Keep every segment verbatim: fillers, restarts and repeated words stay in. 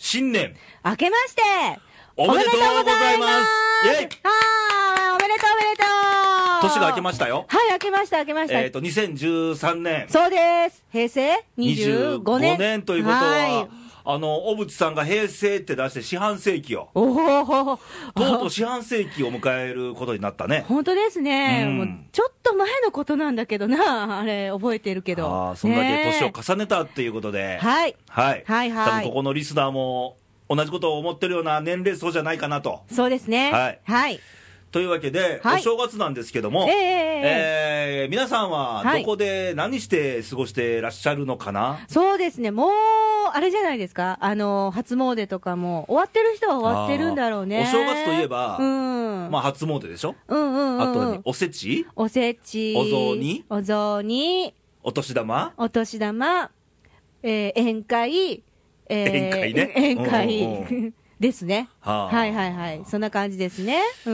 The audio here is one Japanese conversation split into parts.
新年明けましておめでとうございます。イェイ。 はい、おめでとうおめでとう。 年が明けましたよ。 はい、明けました明けました。 えっとにせんじゅうさんねん。 そうです。平成にじゅうごねん。 にじゅうごねんということは、 はい、 あの小渕さんが平成って出して四半世紀を、 おお、 とうとう四半世紀を迎えることになったね。 本当ですね、 うん、 もうちょっと前のことなんだけどな、あれ覚えてるけど、 あ、そんだけ年を重ねたっていうことで、 はい、 はい、 はいはい、 多分ここのリスナーも同じことを思ってるような年齢層じゃないかなと。 そうですね、 はい、 はい、 というわけで、 はい、 お正月なんですけども、 えーえー、皆さんはどこで何して過ごしてらっしゃるのかな。はい、 そうですね、もうあれじゃないですか、あの初詣とかも終わってる人は終わってるんだろうね。 お正月といえば、 うん、 まあ、初詣でしょ、 うんうんうん、 あとはおせち、 おせち、 お雑煮、 お雑煮、 お年玉、 お年玉、えー、宴会、えー、 宴会ね、 宴会、 うんうん、 ですね、 はあ、 はいはいはい、そんな感じですね、うん、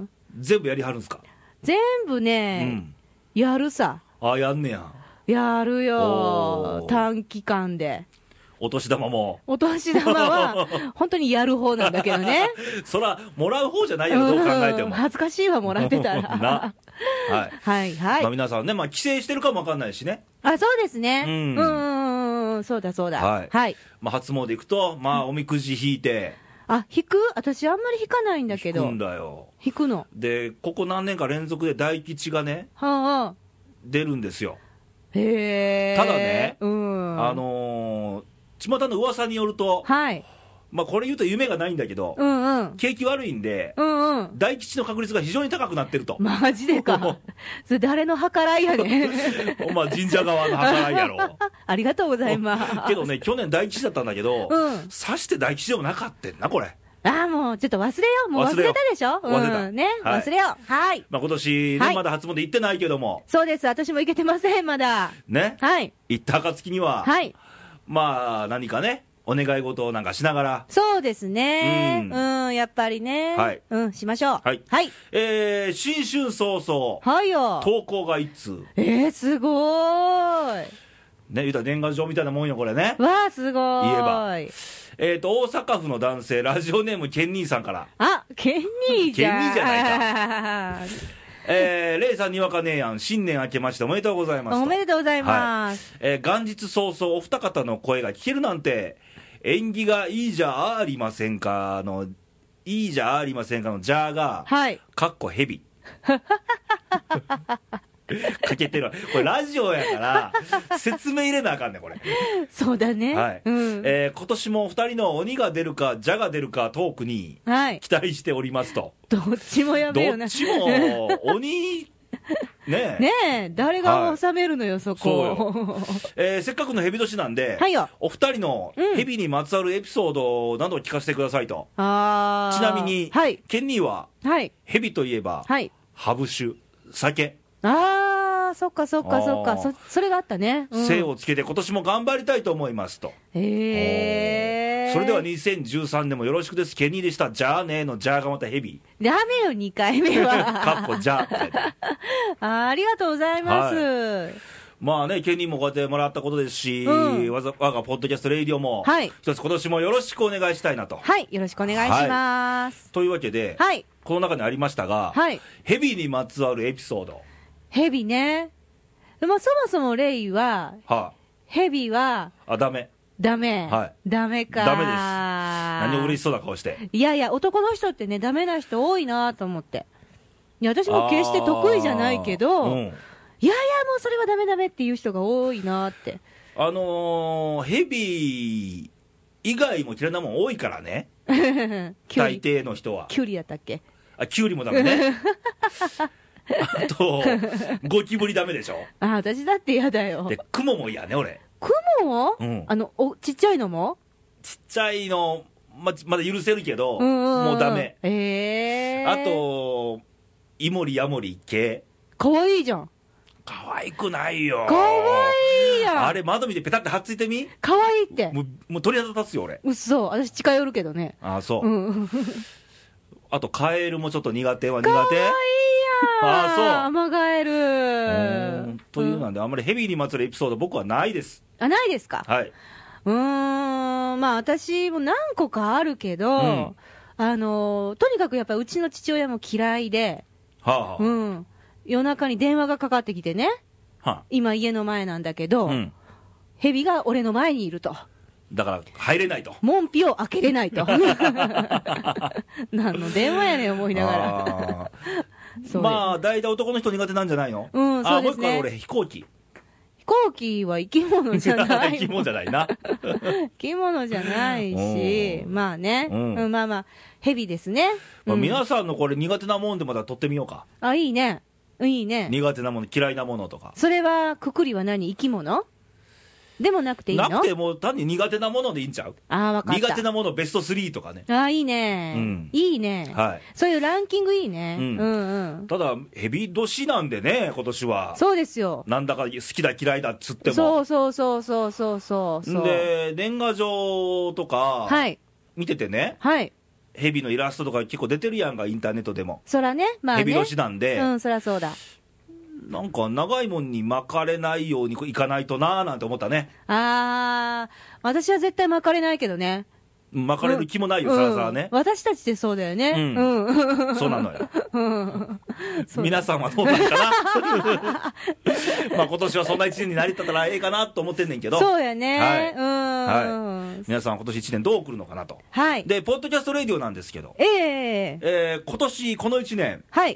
全部やりはるんですか。 全部ね、うん、やるさ。 あ、やんねや。 やるよ、短期間で。 お年玉も。 お年玉は本当にやる方なんだけどね。 そらもらう方じゃないやろ、どう考えても。 恥ずかしいわ、もらってたら。 な、はい、 はいはい、 まあ、皆さんね、まあ、帰省してるかもわかんないしね。 あ、そうですね、 うん、 うん、そうだそうだ、 はい、 はい、 まあ、初詣行くと、まあ、おみくじ引いて、 あ、引く、私あんまり引かないんだけど。 引くんだよ。 引くので、ここ何年か連続で大吉がね、 はあ、 出るんですよ。 へー、 ただね、 うん、 あのー、巷の噂によると、 はい、まあ、これ言うと夢がないんだけど、 うんうん、 景気悪いんで、 うんうん、 大吉の確率が非常に高くなってると。 マジでか。それ誰の計らいやねん。 まあ神社側の計らいやろ。 ありがとうございます。 けどね、去年大吉だったんだけど、うん、さして大吉でもなかったんな、これ。 ああ、もうちょっと忘れよう。もう忘れたでしょ。 忘れた。 うん、ね、はい、忘れよう。はい。 まあ今年ね、はい、まだ初詣行ってないけども。 そうです。私も行けてません、まだ。 ね。 はい。 行った暁には、 はい。 まあ何かね、お願い事をなんかしながら。 そうですね。うん、うん、やっぱりね。はい。うん、しましょう。 はい。 はい。 えー、新春早々。 はいよ。 投稿が一通。 えー、すごーい。 ね、言うたら年賀状みたいなもんよ、これね。 わあ、すごーい。 言えば。えーと、大阪府の男性、ラジオネームケンニーさんから。 あ、ケンニーじゃん。 ケンニーじゃないか。えー、レイさんにわか姉やん、新年明けましておめでとうございます。 おめでとうございます。 はい、えー、元日早々お二方の声が聞けるなんて、縁起がいいじゃありませんかの、いいじゃありませんかのじゃあが、 はい。 かっこヘビ。かけてるわ。これラジオやから説明入れなあかんねんこれ。 そうだね。 はい、 うん、 えー、今年も二人の鬼が出るか蛇が出るかトークに期待しておりますと。 どっちもやべえよな。 どっちも鬼ねえねえ、誰が収めるのよ、はい、そこ。 そうよ、えー、せっかくのヘビ年なんで、 はいよ、 お二人のヘビにまつわるエピソードなどを聞かせてくださいと。あ、ちなみに、はい、ケンニーは、はい、ヘビといえば、はい、ハブ酒、酒。 あー、そっかそっかそっか、そ, それがあったね、 うん、精をつけて今年も頑張りたいと思いますと。 へー、 それではにせんじゅうさんねんもよろしくです、ケニーでした。じゃあねーのじゃあがまたヘビ。 ダメよ、にかいめは。 かっこじゃあ。ありがとうございます。はい、 まあね、ケニーもこうやってもらったことですし、うん、わざ我がポッドキャストレイディオも、はい、一つ今年もよろしくお願いしたいなと。 はい、よろしくお願いします。 はい、というわけで、はい、この中にありましたが、はい、ヘビにまつわるエピソード。 ヘビね。でもそもそもレイは、はあ、ヘビは、 あ、ダメ。 ダメ。はい。ダメか。 ダメです。何を嬉しそうな顔して。 いやいや、男の人ってね、ダメな人多いなと思って。いや、私も決して得意じゃないけど、うん、いやいや、もうそれはダメダメっていう人が多いなって。 あのー、ヘビ以外も嫌いなもん多いからね。大抵の人は。 キュウリやったっけ？ あ、キュウリもダメね。あと、ゴキブリダメでしょ。 あ、私だって嫌だよ。 で、クモも嫌ね、俺。 クモも、うん、あのお、ちっちゃいのもちっちゃいの、ま、まだ許せるけど、うんうんうん、もうダメ。 えー、 あと、イモリヤモリ系。 かわいいじゃん。 かわいくないよ。 かわいいやん。 あれ、窓見てペタってはっついてみ。 かわいいって。 もう、もう鳥肌立つよ、俺。 うっそ、私近寄るけどね。 ああ、そう。うん、あと、カエルもちょっと苦手は苦手。 かわいいやん。 ああ、そう。 アマガエル。 というなんで、あんまりヘビにまつわるエピソード僕はないです。 あ、ないですか。 はい。 うーん、まあ私も何個かあるけど、うん、あのとにかくやっぱりうちの父親も嫌いで、はあはあ、うん、夜中に電話がかかってきてね、はあ、今家の前なんだけど、うん、蛇が俺の前にいると。 だから入れないと。 門扉を開けれないと。何の電話やねん思いながら。 まあ大体男の人苦手なんじゃないの？ うん、そうですね。 あ、もう一個は俺飛行機。 飛行機は生き物じゃない。 生き物じゃないな。 生き物じゃないし、まあね、うん、まあまあ蛇ですね。 まあ、皆さんのこれ苦手なもんでまた取ってみようか。 あ、いいね。いいね。 苦手なもの、嫌いなものとか。 それはくくりは何？生き物？でもなくていいの？ なくてもう単に苦手なものでいいんちゃう？ ああ、分かった。 苦手なものベストスリーとかね。 ああ、いいね、うん、いいね、はい、そういうランキングいいね、うん、うんうん。 ただヘビ年なんでね、今年は。 そうですよ。 なんだか好きだ嫌いだっつっても。 そうそうそうそうそうそうで、年賀状とか見ててね、はい、ヘビのイラストとか結構出てるやんか、インターネットでも。 そらね、まあね、 ヘビ年なんで、 うん、そらそうだ。 なんか長いもんに巻かれないようにいかないとなーなんて思ったね。 あー、私は絶対巻かれないけどね。 巻かれる気もないよ、うん、さらさらね、 うん。私たちってそうだよね。うん。 うん、そうなのよ。うん、皆さんはどうなのかな。まあ今年はそんな一年になりたらええかなと思ってんねんけど。 そうやね。はい。うん。 はい、皆さんは今年一年どう来るのかなと。 はい。 で、ポッドキャストレディオなんですけど。 ええー。 えー、今年この一年。 はい。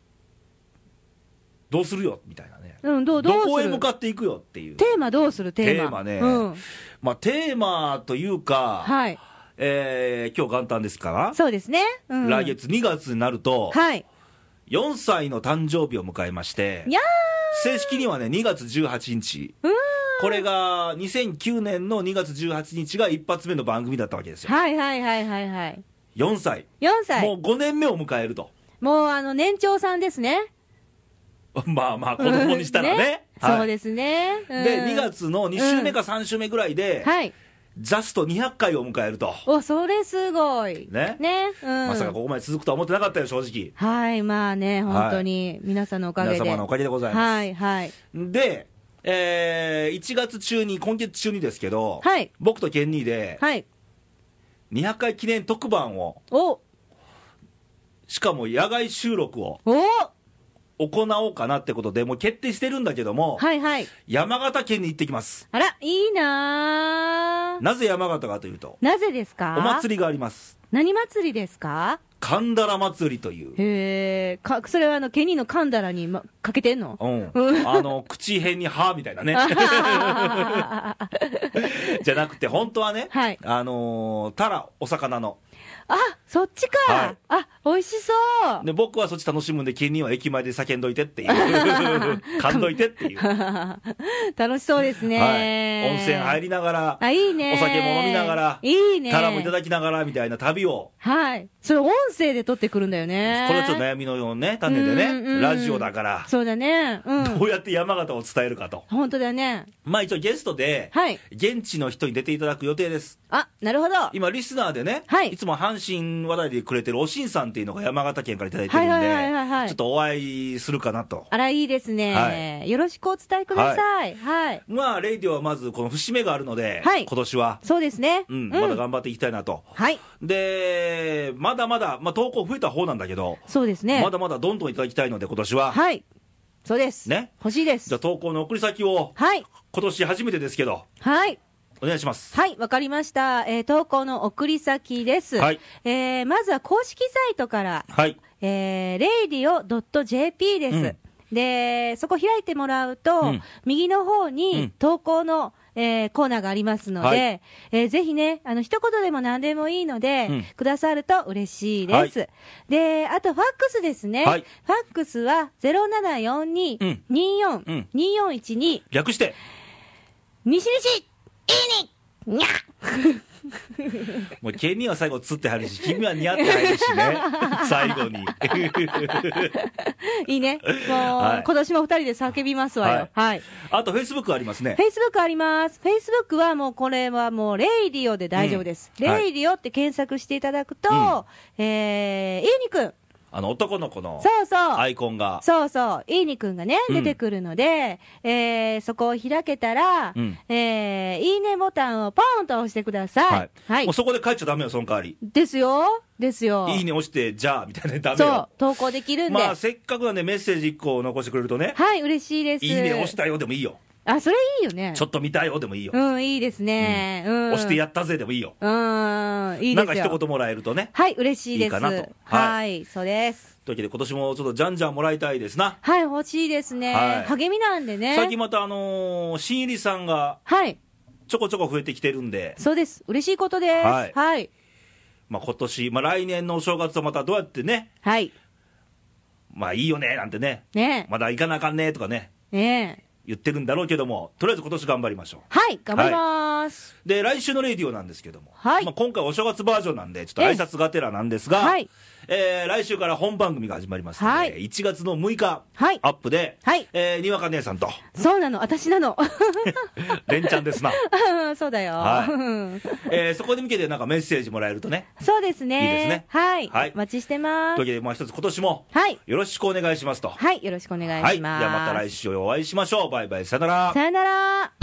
どうするよみたいなね、 うん、どうどうする、 どこへ向かっていくよっていうテーマ、どうするテーマ、 テーマね、うん、まあ、テーマというか、はい、えー、今日元旦ですから、 そうですね、 うん、来月にがつになると、はい、よんさいの誕生日を迎えまして、 いや正式にはね、にがつじゅうはちにち、これがにせんきゅうねんのにがつじゅうはちにちが一発目の番組だったわけですよ。 はいはいはいはいはい。 よんさい、 よんさい、 もうごねんめを迎えると。 もうあの年長さんですね。 まあまあ子供にしたらね、ね、 はい、そうですね、 うん、でにがつのにしゅうめかさんしゅうめぐらいで、うん、はい、ジャストにひゃっかいを迎えると。 お、それすごいね、ね、うん、 まさかここまで続くとは思ってなかったよ、正直。 はい、まあね、本当に、はい、皆さんのおかげで、 皆様のおかげでございます。 はいはい。 で、えー、いちがつ中に、今月中にですけど、はい、僕とケンニーで、はい、にひゃっかい記念特番を、お、しかも野外収録を、お行おうかなってことでもう決定してるんだけども、はいはい、山形県に行ってきます。 あら、いいな。 なぜ山形かというと、 なぜですか？ お祭りがあります。 何祭りですか？ 神田ら祭りという。 へえ、か、それはあのケニーの神田らに、ま、かけてんの？ うん。あの口辺に歯みたいなね。じゃなくて本当はね、はい、あのー、タラ、お魚の。 あ、そっちか、はい、あ、美味しそうで、僕はそっち楽しむんで、ケニーは駅前で叫んどいてっていう噛んどいてっていう楽しそうですね、 はい、温泉入りながら、 あ、いいね、 お酒も飲みながら、 いいね、 タラもいただきながらみたいな旅を、 はい、それ音声で撮ってくるんだよね。 これはちょっと悩みのようね、種でね、うんうん、ラジオだからそうだね、うん、 どうやって山形を伝えるかと。 本当だね。 まあ一応ゲストで、はい、現地の人に出ていただく予定です。 あ、なるほど。 今リスナーでね、はい、いつも阪神話題でくれてるおしんさんっていうのが山形県からいただいてるんで、はいはいはいはい、ちょっとお会いするかなと。 あら、いいですね、はい、よろしくお伝えください。はい、はい、 まあレイディオはまずこの節目があるので、はい、今年はそうですね、 うん、まだ頑張っていきたいなと、はい、でまだまだ、まあ、投稿増えた方なんだけど、 そうですね、 まだまだどんどんいただきたいので今年は、 はい、そうですね、欲しいです。 じゃあ投稿の送り先を、はい、今年初めてですけど、はい、お願いします。 はい、わかりました。えー、投稿の送り先です。はい、えー、まずは公式サイトから、はい、えー、レイディオ ドットジェーピー です、うん。で、そこ開いてもらうと、うん、右の方に投稿の、えー、コーナーがありますので、はい、えー、ぜひね、あの、一言でも何でもいいので、うん、くださると嬉しいです。はい、で、あと、ファックスですね。はい、ファックスは ゼロななよんに にーよん にーよんいちに、 略して、 西西いいねにゃもうケニーは最後つってはるし、君は似合ってないしね最後にいいね、もう、はい、今年も二人で叫びますわよ。はい、はい、 あとフェイスブックありますね。 フェイスブックあります。フェイスブックはもうこれはもうレイディオで大丈夫です。うん、レイディオって検索していただくと、うん、えー、ゆうにくんあの男の子のそうそうアイコンが、 そうそう、いいにくんがね、出てくるので、うん、えー、そこを開けたら、うん、えー、いいねボタンをポンと押してください。はい。はい、 もうそこで書いちゃダメよ、その代わり。 ですよ。ですよ。 いいね押して、じゃあ、みたいなダメよ。 そう、投稿できるんで。 まあ、せっかくはね、メッセージいっこ残してくれるとね。 はい、嬉しいです。 いいね押したよでもいいよ。 あ、それいいよね。 ちょっと見たよでもいいよ。 うん、いいですね。うん。 押してやったぜでもいいよ。 うん、いいですよ。 なんか一言もらえるとね。 はい、嬉しいです。いいかなと。はい、そうです。 というわけで、今年もちょっとじゃんじゃんもらいたいですな。 はい、欲しいですね。はい、励みなんでね。 最近また、あのー、新入りさんが、はい。ちょこちょこ増えてきてるんで。 そうです。嬉しいことです。はい。はい。 まあ今年、まあ来年のお正月はまたどうやってね。はい。まあいいよね、なんてね。ねまだ行かなあかんね、とかね。ねえ。言ってるんだろうけども、とりあえず今年頑張りましょう。 はい、頑張ります。 はい、で、来週のレディオなんですけども、はいまあ、今回お正月バージョンなんで、ちょっと挨拶がてらなんですが、はいえー、来週から本番組が始まりますので、はい、いちがつのむいか、はい、アップで、はいえー、にわか姉さんと。 そうなの、私なの。 連チャンですな。 そうだよ。 はいえー、そこに向けてなんかメッセージもらえるとね。 そうですね。いいですね。はい。はい、お待ちしてます。 というわけで、まあ一つ今年も、はい、よろしくお願いしますと。 はい、よろしくお願いします。 はい、ではまた来週お会いしましょう。バイバイ、さよなら。 さよなら。